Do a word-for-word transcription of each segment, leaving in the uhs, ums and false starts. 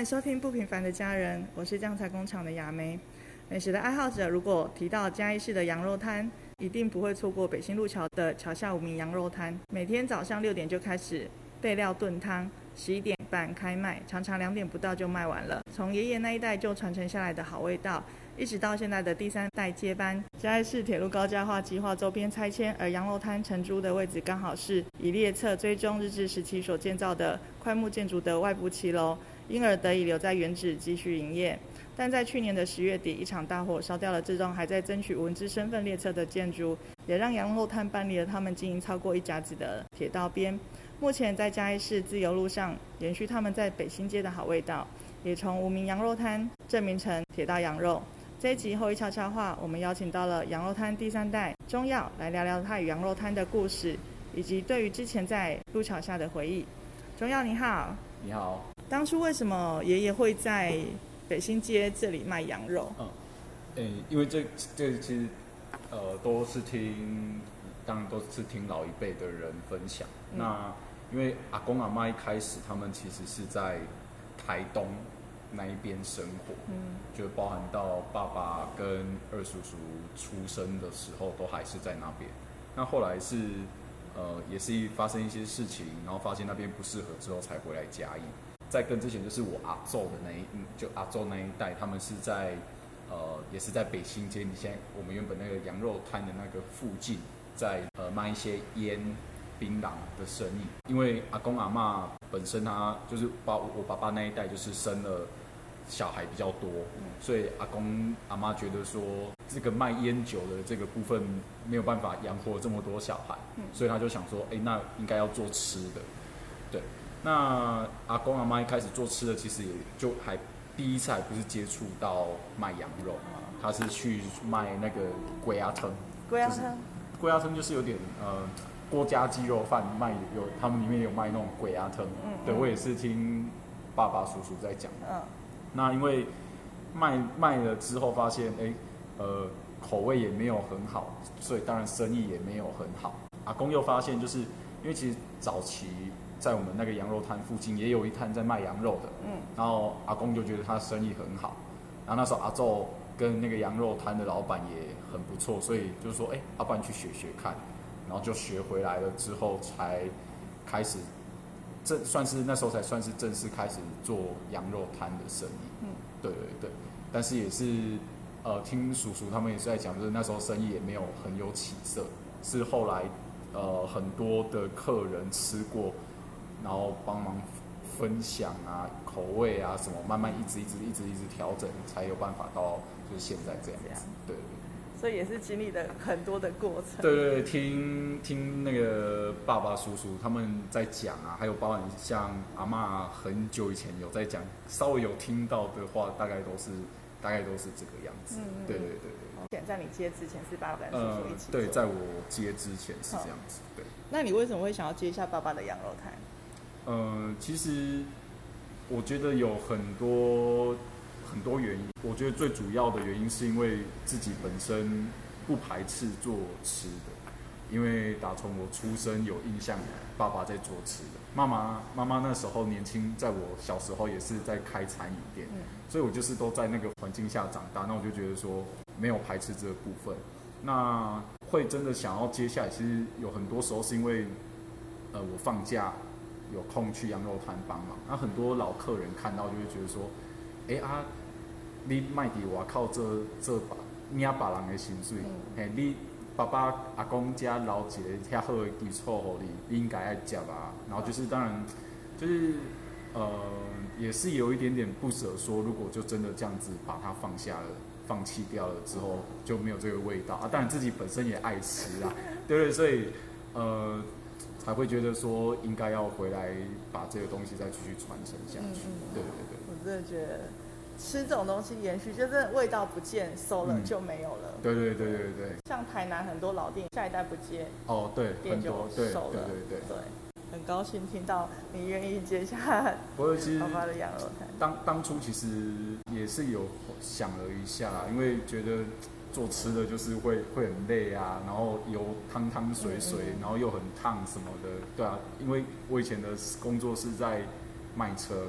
迎收听不平凡的家人，我是酱菜工厂的雅梅。美食的爱好者如果提到嘉义市的羊肉摊，一定不会错过北新路桥的桥下无名羊肉摊。每天早上六点就开始备料炖汤，十一点半开卖，常常两点不到就卖完了。从爷爷那一代就传承下来的好味道，一直到现在的第三代接班。嘉义市铁路高架化计划周边拆迁，而羊肉摊承租的位置刚好是以列册追踪日治时期所建造的块木建筑的外部骑楼，因而得以留在原址继续营业。但在去年的十月底，一场大火烧掉了这栋还在争取文资身份列册的建筑，也让羊肉摊搬离了他们经营超过一甲子的铁道边。目前在嘉义市自由路上延续他们在北新街的好味道，也从无名羊肉摊正名成铁道羊肉。这一集后一悄悄话，我们邀请到了羊肉摊第三代钟耀来聊聊他与羊肉摊的故事，以及对于之前在路桥下的回忆。钟耀你好。 你好。 当初为什么爷爷会在北新街这里卖羊肉？ 嗯，诶，因为这这其实呃都是听，当然都是听老一辈的人分享。嗯、那因为阿公阿妈一开始他们其实是在台东那一边生活，嗯，就包含到爸爸跟二叔叔出生的时候都还是在那边。那后来是呃也是发生一些事情，然后发现那边不适合之后才回来嘉义。在跟之前就是我阿祖的那一，就阿祖那一代，他们是在呃也是在北新街，你现在我们原本那个羊肉摊的那个附近，在呃卖一些烟、槟榔的生意。因为阿公阿嬷本身他就是爸我爸爸那一代就是生了小孩比较多，所以阿公阿嬷觉得说这个卖烟酒的这个部分没有办法养活这么多小孩，所以他就想说，哎，那应该要做吃的，对。那阿公阿妈一开始做吃的，其实也就还第一次还不是接触到卖羊肉，他是去卖那个龟鸭汤。 龟鸭汤， 龟鸭汤就是有点呃郭家鸡肉饭卖有，他们里面有卖那种龟鸭汤。嗯，对我也是听爸爸叔叔在讲。嗯，那因为卖卖了之后发现，哎，呃口味也没有很好，所以当然生意也没有很好。阿公又发现，就是因为其实早期在我们那个羊肉摊附近也有一摊在卖羊肉的，嗯，然后阿公就觉得他生意很好，然后那时候阿祖跟那个羊肉摊的老板也很不错，所以就是说，哎，要不然去学学看，然后就学回来了之后才开始正算是那时候才算是正式开始做羊肉摊的生意，嗯，对对对，但是也是呃听叔叔他们也是在讲，就是那时候生意也没有很有起色，是后来呃很多的客人吃过。然后帮忙分享啊、口味啊什么，慢慢一直一直一直一直调整，才有办法到就是现在这样子。对对对。 所以也是经历了很多的过程。 对对对，听听那个爸爸叔叔他们在讲啊，还有包含像阿嬷很久以前有在讲，稍微有听到的话，大概都是大概都是这个样子。嗯，对对对对。 在你接之前是爸爸跟叔叔一起做、呃、对，在我接之前是这样子。对。 那你为什么会想要接一下爸爸的羊肉摊？ 呃，其实我觉得有很多很多原因。我觉得最主要的原因是因为自己本身不排斥做吃的，因为打从我出生有印象，爸爸在做吃的，妈妈妈妈那时候年轻，在我小时候也是在开餐饮店，嗯、所以我就是都在那个环境下长大。那我就觉得说没有排斥这个部分。那会真的想要接下来，其实有很多时候是因为呃我放假。有空去羊肉摊帮忙，那、啊、很多老客人看到就会觉得说，哎、欸、啊，你卖伫外口做做把领别人的薪水，嘿、嗯，你爸爸阿公家留一个遐好的基础给你，你应该爱接啊。然后就是当然就是呃也是有一点点不舍，说如果就真的这样子把它放下了、放弃掉了之后，就没有这个味道啊。当然自己本身也爱吃啊，对不对？所以呃。才会觉得说应该要回来把这个东西再继续传承下去。嗯嗯、对对对， 我真的觉得吃这种东西延续，就真的味道不见，收了就没有了。 嗯、对对对对对。 像台南很多老店，下一代不接， 哦对， 店就收了。 对对对 对, 对。很高兴听到你愿意接下爸爸的羊肉摊。 当当初其实也是有想了一下，因为觉得。做吃的就是会会很累啊，然后油汤汤水水，嗯嗯然后又很烫什么的，对啊，因为我以前的工作是在卖车，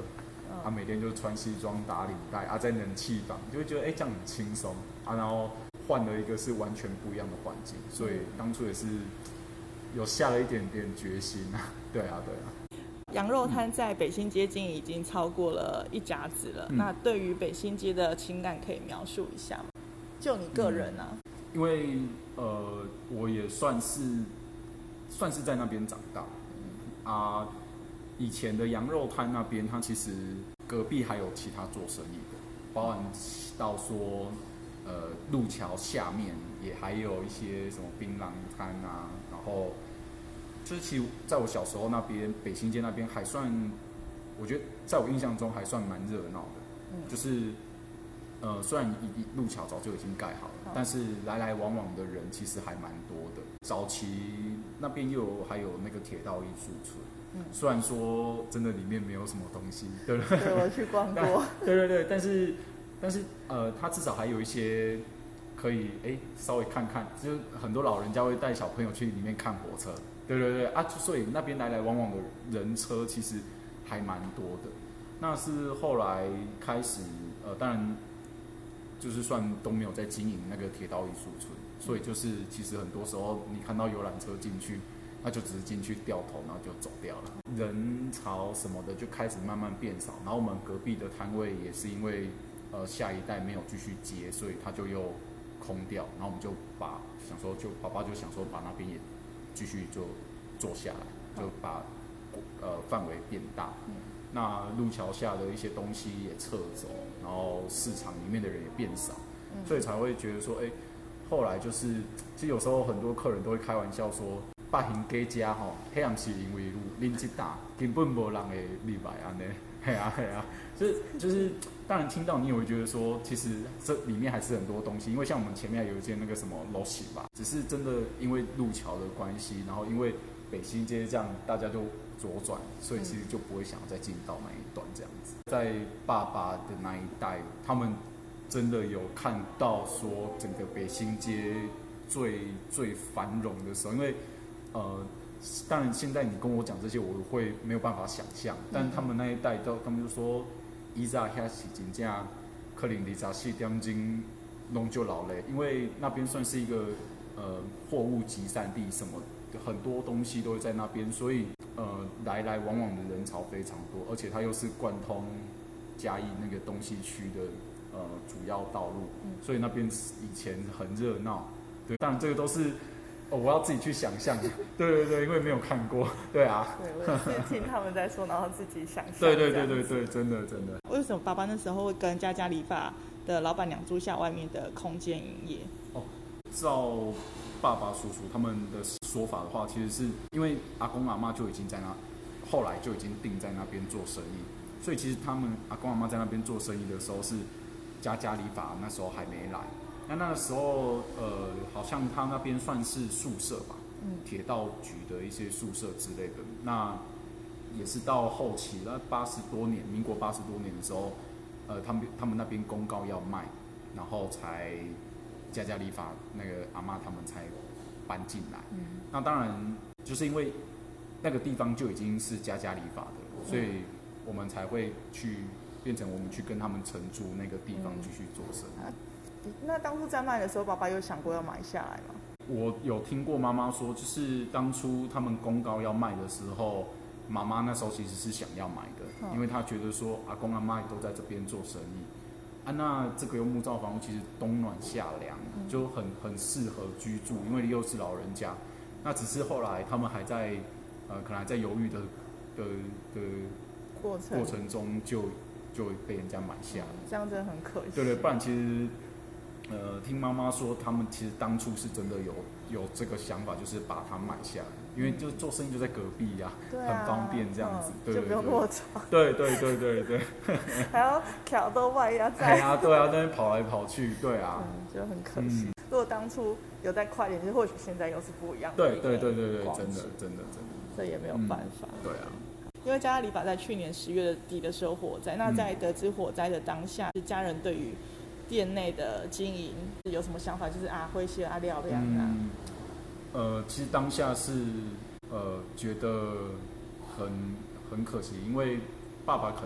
嗯、啊，每天就穿西装打领带啊，在冷气房，就会觉得哎、欸、这样很轻松啊，然后换了一个是完全不一样的环境，所以当初也是有下了一点点决心啊，对啊对啊。 羊肉摊在北新街经营已经超过了一甲子了，嗯、那对于北新街的情感可以描述一下吗？就你个人啊？嗯、 因为呃，我也算是算是在那边长大，嗯、啊，以前的羊肉摊那边，它其实隔壁还有其他做生意的，包含到说呃路桥下面也还有一些什么槟榔摊啊，然后。就是其实在我小时候那边北新街那边还算，我觉得在我印象中还算蛮热闹的。嗯、就是呃虽然路桥早就已经盖好了，好但是来来往往的人其实还蛮多的。早期那边又有还有那个铁道艺术村，嗯、虽然说真的里面没有什么东西，对不对？ 对，我去逛过。 对对对，但是但是呃它至少还有一些可以哎稍微看看，就是很多老人家会带小朋友去里面看火车。对对对啊，所以那边来来往往的人车其实还蛮多的。那是后来开始，呃，当然就是算都没有在经营那个铁道艺术村，所以就是其实很多时候你看到游览车进去，那就只是进去掉头，然后就走掉了。人潮什么的就开始慢慢变少，然后我们隔壁的摊位也是因为呃下一代没有继续接，所以它就又空掉，然后我们就把想说就爸爸就想说把那边也。继续就做下来，就把呃范围变大。嗯、那路桥下的一些东西也撤走，然后市场里面的人也变少，嗯、所以才会觉得说，哎、欸，后来就是，其实有时候很多客人都会开玩笑说，百行加家吼，迄不是因为恁这大根本无人会入来安尼，嘿啊嘿啊，就是就是。当然听到你也会觉得说，其实这里面还是很多东西，因为像我们前面有一间那个什么楼西吧，只是真的因为路桥的关系，然后因为北新街这样大家就左转，所以其实就不会想要再进到那一段这样子。在爸爸的那一代，他们真的有看到说整个北新街最最繁荣的时候，因为呃，当然现在你跟我讲这些，我会没有办法想象，但他们那一代都他们就说。以前遐是真正可能二十四点钟拢就老累，因为那边算是一个呃货物集散地，什么很多东西都会在那边，所以呃来来往往的人潮非常多，而且它又是贯通嘉义那个东西区的呃主要道路，所以那边以前很热闹。对，当然这个都是。哦，我要自己去想象，对对对，因为没有看过，对啊。 对，我也是听他们在说，然后自己想象。 对对对对对，真的真的。 为什么爸爸那时候会跟家家理发的老板娘租下外面的空间营业？ 哦，照爸爸叔叔他们的说法的话，其实是因为阿公阿嬷就已经在那，后来就已经定在那边做生意，所以其实他们阿公阿嬷在那边做生意的时候是家家理发，那时候还没来。那那个时候，呃，好像他那边算是宿舍吧，嗯，铁道局的一些宿舍之类的。那也是到后期，那八十多年，民国八十多年的时候，呃，他们他们那边公告要卖，然后才家家理发那个阿嬷他们才搬进来。嗯，那当然就是因为那个地方就已经是家家理发的，所以我们才会去变成我们去跟他们承租那个地方继续做生意。嗯那当初在卖的时候，爸爸有想过要买下来吗？ 我有听过妈妈说，就是当初他们公告要卖的时候，妈妈那时候其实是想要买的，嗯、因为她觉得说阿公阿嬷都在这边做生意，啊，那这个有木造房屋，其实冬暖夏凉，嗯、就很很适合居住，因为又是老人家。那只是后来他们还在呃，可能还在犹豫的的的过程过程中就，就就被人家买下了， 嗯、这样真的很可惜。 对对，不然其实。呃，听妈妈说，他们其实当初是真的有有这个想法，就是把它买下来，因为就做生意就在隔壁呀、啊，啊、很方便这样子，嗯、对对对， 就不用落差。 对对对对对， 还要挑逗外压在。 哎呀，对啊，在那边跑来跑去，对啊， 嗯、就很可惜。嗯、如果当初有再快点，就或许现在又是不一样的。 对对对对对，真的真的真的， 这也没有办法。 嗯、对啊。 因为家家理发在去年十月底的时候火灾，那在得知火灾的当下，是家人对于店内的经营有什么想法？就是啊，会些啊，料量啊。 嗯，呃，其实当下是呃觉得很很可惜，因为爸爸可能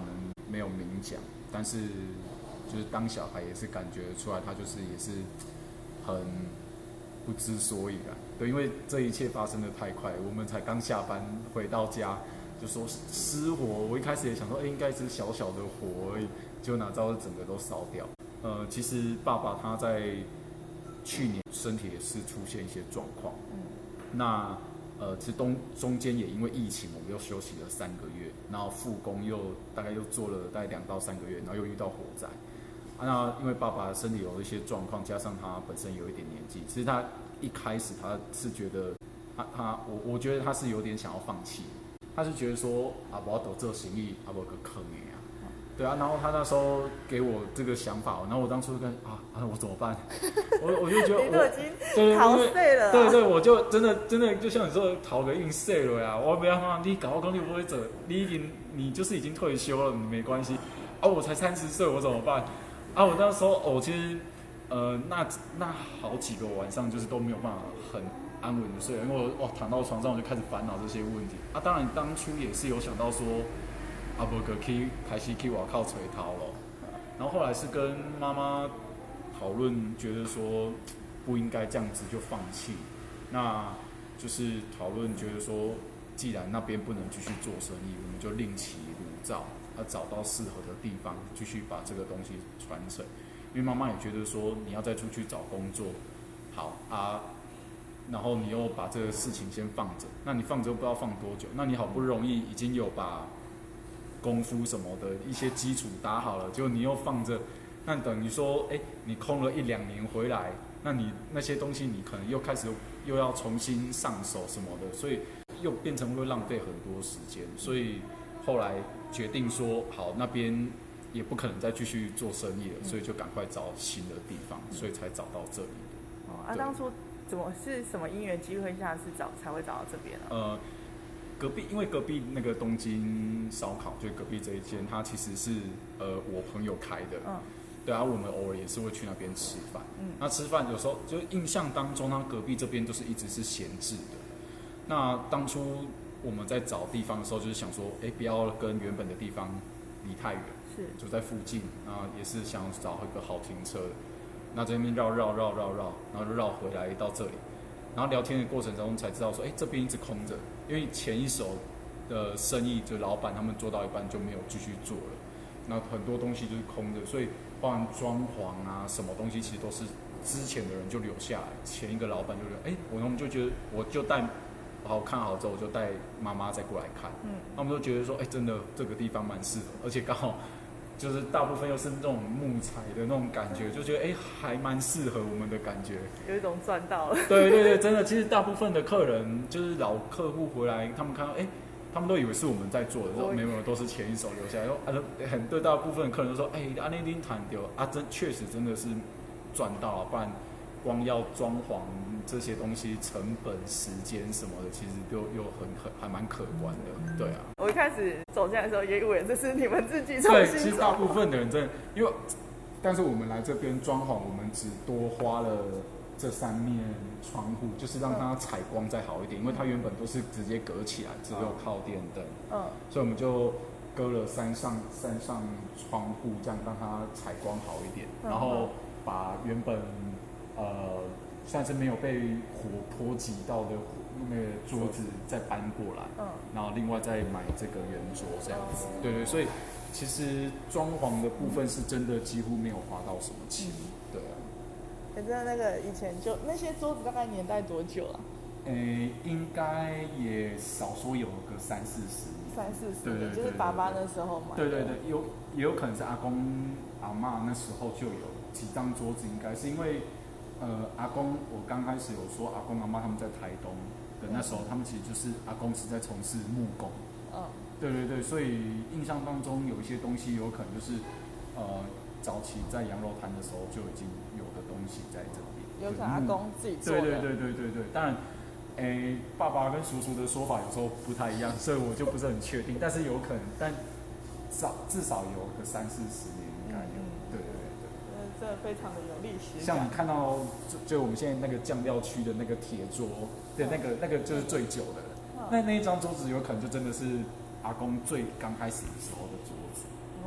没有明讲，但是就是当小孩也是感觉出来，他就是也是很不知所以然。对，因为这一切发生的太快，我们才刚下班回到家，就说失火。我一开始也想说，哎、欸，应该是小小的火而已，结果哪知道整个都烧掉。呃，其实爸爸他在去年身体也是出现一些状况，嗯，那呃，其实中中间也因为疫情，我们又休息了三个月，然后复工又大概又做了大概两到三个月，然后又遇到火灾。啊、那因为爸爸身体有一些状况，加上他本身有一点年纪，其实他一开始他是觉得他他我我觉得他是有点想要放弃，他是觉得说啊，我要走这行李，啊，我个坑哎啊。对啊，然后他那时候给我这个想法，然后我当初跟啊啊我怎么办？我我就觉得我你都已经逃碎了， 对对，我就真的真的就像你说的逃个运碎了呀！我不要说你搞我讲你不会走，你已经你就是已经退休了，你没关系啊！我才三十岁，我怎么办？啊，我那时候哦，其实呃那那好几个晚上就是都没有办法很安稳的睡，因为我哇躺到床上我就开始烦恼这些问题啊。当然当初也是有想到说。啊，无个去开始去外口找头咯，然后后来是跟妈妈讨论，觉得说不应该这样子就放弃，那就是讨论觉得说，既然那边不能继续做生意，我们就另起炉灶，啊，找到适合的地方继续把这个东西传承。因为妈妈也觉得说，你要再出去找工作，好啊，然后你又把这个事情先放着，那你放着又不知道放多久，那你好不容易已经有把功夫什么的一些基础打好了，结果你又放着，那等于说，哎，你空了一两年回来，那你那些东西你可能又开始又要重新上手什么的，所以又变成会浪费很多时间。所以后来决定说，好，那边也不可能再继续做生意了，所以就赶快找新的地方，所以才找到这里。 哦，啊，当初怎么是什么因缘机会下是找才会找到这边呢？ 呃。隔壁，因为隔壁那个东京烧烤，就隔壁这一间，它其实是呃我朋友开的，嗯，对啊，我们偶尔也是会去那边吃饭，嗯，那吃饭有时候就印象当中，它隔壁这边都是一直是闲置的。那当初我们在找地方的时候，就是想说，哎，不要跟原本的地方离太远，是，就在附近，啊，也是想找一个好停车的，那这边绕绕绕绕绕，然后就绕回来到这里。然后聊天的过程中才知道说，哎，这边一直空着，因为前一手的生意就老板他们做到一半就没有继续做了，那很多东西就是空着，所以包含装潢啊什么东西，其实都是之前的人就留下来，前一个老板就觉得，哎，我们就觉得我就带，好看好之后我就带妈妈再过来看，嗯，他们都觉得说，哎，真的这个地方蛮适合，而且刚好。就是大部分又是那种木材的那种感觉，就觉得哎、欸、还蛮适合我们的感觉， 有一种赚到了。 对对对，真的，其实大部分的客人就是老客户回来，他们看到哎、欸，他们都以为是我们在做的，说没有，都是前一手留下来。说啊，很对大部分的客人都说，哎、欸，安内丁谈丢啊，真确实真的是赚到了，不然光要装潢这些东西，成本、时间什么的，其实都又很很还蛮可观的，对啊。 我一开始走进来的时候，也以为这是你们自己重新对， 走。 其实大部分的人真的，因为，但是我们来这边装潢，我们只多花了这三面窗户，就是让它采光再好一点，因为它原本都是直接隔起来，只有靠电灯，嗯，所以我们就割了三上三上窗户，这样让它采光好一点，然后把原本呃算是没有被火波及到的那个桌子再搬过来，嗯，然后另外再买这个圆桌这样子，嗯、对对，所以其实装潢的部分是真的几乎没有花到什么钱，嗯、对啊。 反正那个以前就那些桌子大概年代多久啊？ 诶，应该也少说有个三四十年， 三四十年，就是爸爸那时候买的。 对对对，有也有可能是阿公阿嬷那时候就有几张桌子，应该是因为呃阿公，我刚开始有说阿公阿嬷他们在台东的那时候，他们其实就是阿公是在从事木工。嗯。对对对，所以印象当中有一些东西有可能就是呃早期在羊肉摊的时候就已经有的东西在这边。 有可能阿公自己做的。 对对对对对对，当然。诶，爸爸跟叔叔的说法有时候不太一样，所以我就不是很确定，但是有可能，但少至少有个三四十年应该有，嗯、对对对对， 这非常的有历史感。 像你看到就就我们现在那个酱料区的那个铁桌，对，那个那个就是最久的，嗯、那那一张桌子有可能就真的是阿公最刚开始的时候的桌子。哦，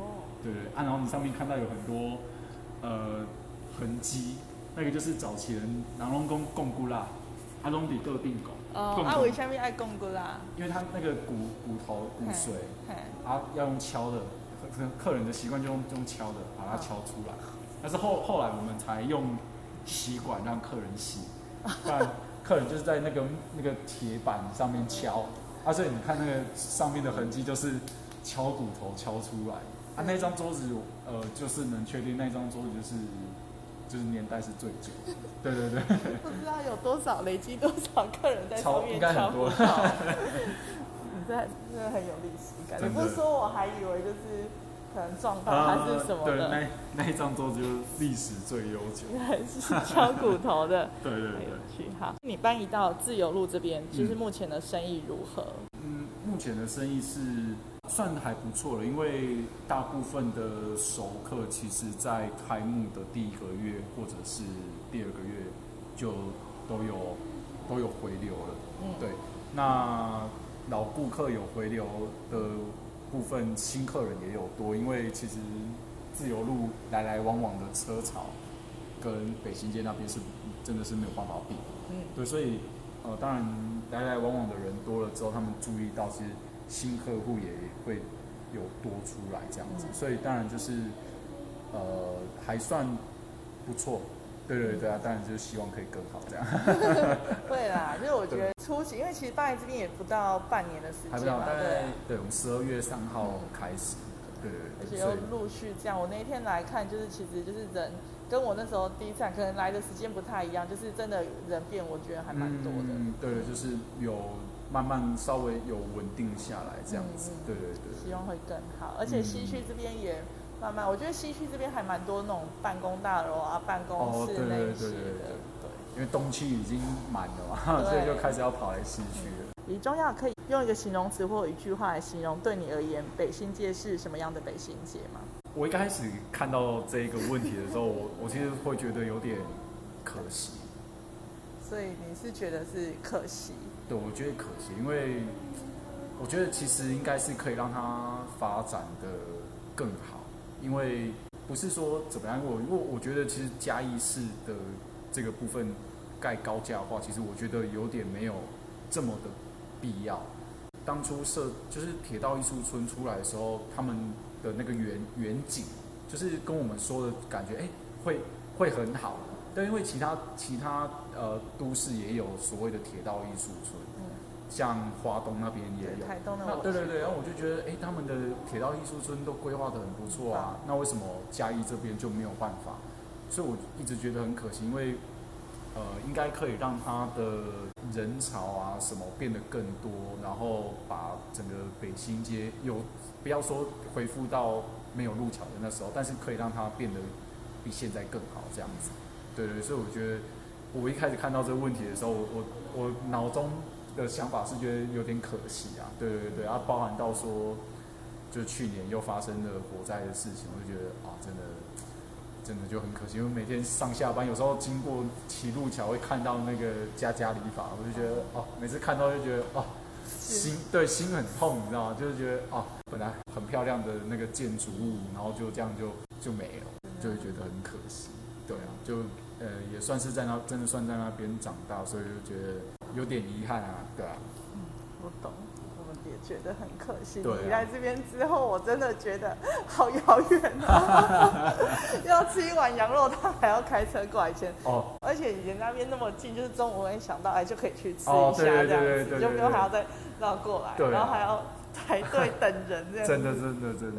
对对啊，然后你上面看到有很多呃痕迹，那个就是早期人人拢讲贡骨啦，啊拢伫倒顶讲。 哦，啊为什么爱贡骨啦？ 因为它那个骨骨头骨髓，啊要用敲的，客人的习惯就用用敲的把它敲出来。但是后后来我们才用吸管让客人吸，不然客人就是在那个那个铁板上面敲，啊所以你看那个上面的痕迹就是敲骨头敲出来。啊那张桌子呃就是能确定那张桌子就是就是年代是最久的，对对对。 不知道有多少累积多少客人在上面敲骨头。你这真的很有历史感。你不说我还以为就是可能撞到还是什么的。 呃、对，那那一张桌子就是历史最悠久。 原来是敲骨头的。 对对对。 去好，你搬移到自由路这边，就是目前的生意如何？ 嗯，目前的生意是算还不错了，因为大部分的熟客其实在开幕的第一个月或者是第二个月就都有都有回流了。嗯，对。那老顾客有回流的部分，新客人也有多，因为其实自由路来来往往的车潮跟北新街那边是真的是没有办法比。嗯，对，所以呃，当然来来往往的人多了之后，他们注意到其实新客户也会有多出来这样子，所以当然就是呃还算不错。对对对啊，当然就是希望可以更好这样。 对啦，就是我觉得初期，因为其实办在这边也不到半年的时间嘛， 还不到，大概对，我们十二月三号开始，对对对， 而且又陆续这样。我那一天来看，就是其实就是人跟我那时候第一站可能来的时间不太一样，就是真的人变，我觉得还蛮多的。 嗯，对，就是有慢慢稍微有稳定下来这样子，嗯、对对对。 希望会更好，而且西区这边也。慢慢，我觉得西区这边还蛮多那种办公大楼啊、办公室那一些的，对， 因为东区已经满了嘛，所以就开始要跑来西区了。 李中耀可以用一个形容词或一句话来形容，对你而言，北新街是什么样的北新街吗？ 我一开始看到这一个问题的时候，我我其实会觉得有点可惜。 所以你是觉得是可惜？ 对，我觉得可惜，因为我觉得其实应该是可以让它发展的更好。因为不是说怎么样，我因为我觉得其实嘉义市的这个部分盖高架化，其实我觉得有点没有这么的必要。当初设就是铁道艺术村出来的时候，他们的那个远远景，就是跟我们说的感觉，哎，会会很好。对，因为其他其他呃都市也有所谓的铁道艺术村。像花东那边也有， 台东的那对对对，然后我就觉得，哎，他们的铁道艺术村都规划得很不错啊，那为什么嘉义这边就没有办法？所以我一直觉得很可惜，因为呃，应该可以让它的人潮啊什么变得更多，然后把整个北新街有不要说恢复到没有路桥的那时候，但是可以让它变得比现在更好这样子。对对，所以我觉得我一开始看到这个问题的时候，我我我脑中的想法是觉得有点可惜啊，对对对，啊，包含到说，就去年又发生了火灾的事情，我就觉得啊，真的，真的就很可惜，因为每天上下班，有时候经过骑路桥会看到那个家家理发，我就觉得哦、啊，每次看到就觉得哦、啊，心对心很痛，你知道吗？就是觉得哦、啊，本来很漂亮的那个建筑物，然后就这样就就没了，就会觉得很可惜，对啊，就呃也算是在那真的算在那边长大，所以就觉得。有点遗憾啊，对啊。 嗯，我懂，我们也觉得很可惜。 对啊、 你来这边之后，我真的觉得好遥远啊！要吃一碗羊肉汤，还要开车过来先。哦。而且以前那边那么近，就是中午会想到，哎，就可以去吃一下这样子，就不用还要再绕过来， 对啊、 然后还要排队等人这样子。 真的，真的，真的。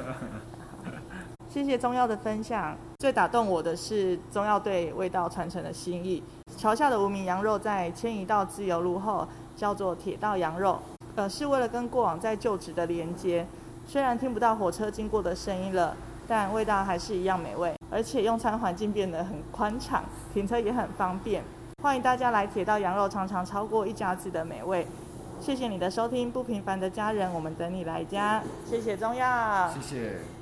谢谢宗耀的分享。最打动我的是宗耀对味道传承的心意。桥下的无名羊肉在迁移到自由路后，叫做铁道羊肉，呃，是为了跟过往在旧址的连接。虽然听不到火车经过的声音了，但味道还是一样美味，而且用餐环境变得很宽敞，停车也很方便。欢迎大家来铁道羊肉尝尝超过一家子的美味。谢谢你的收听，不平凡的家人，我们等你来家。谢谢宗耀， 谢谢。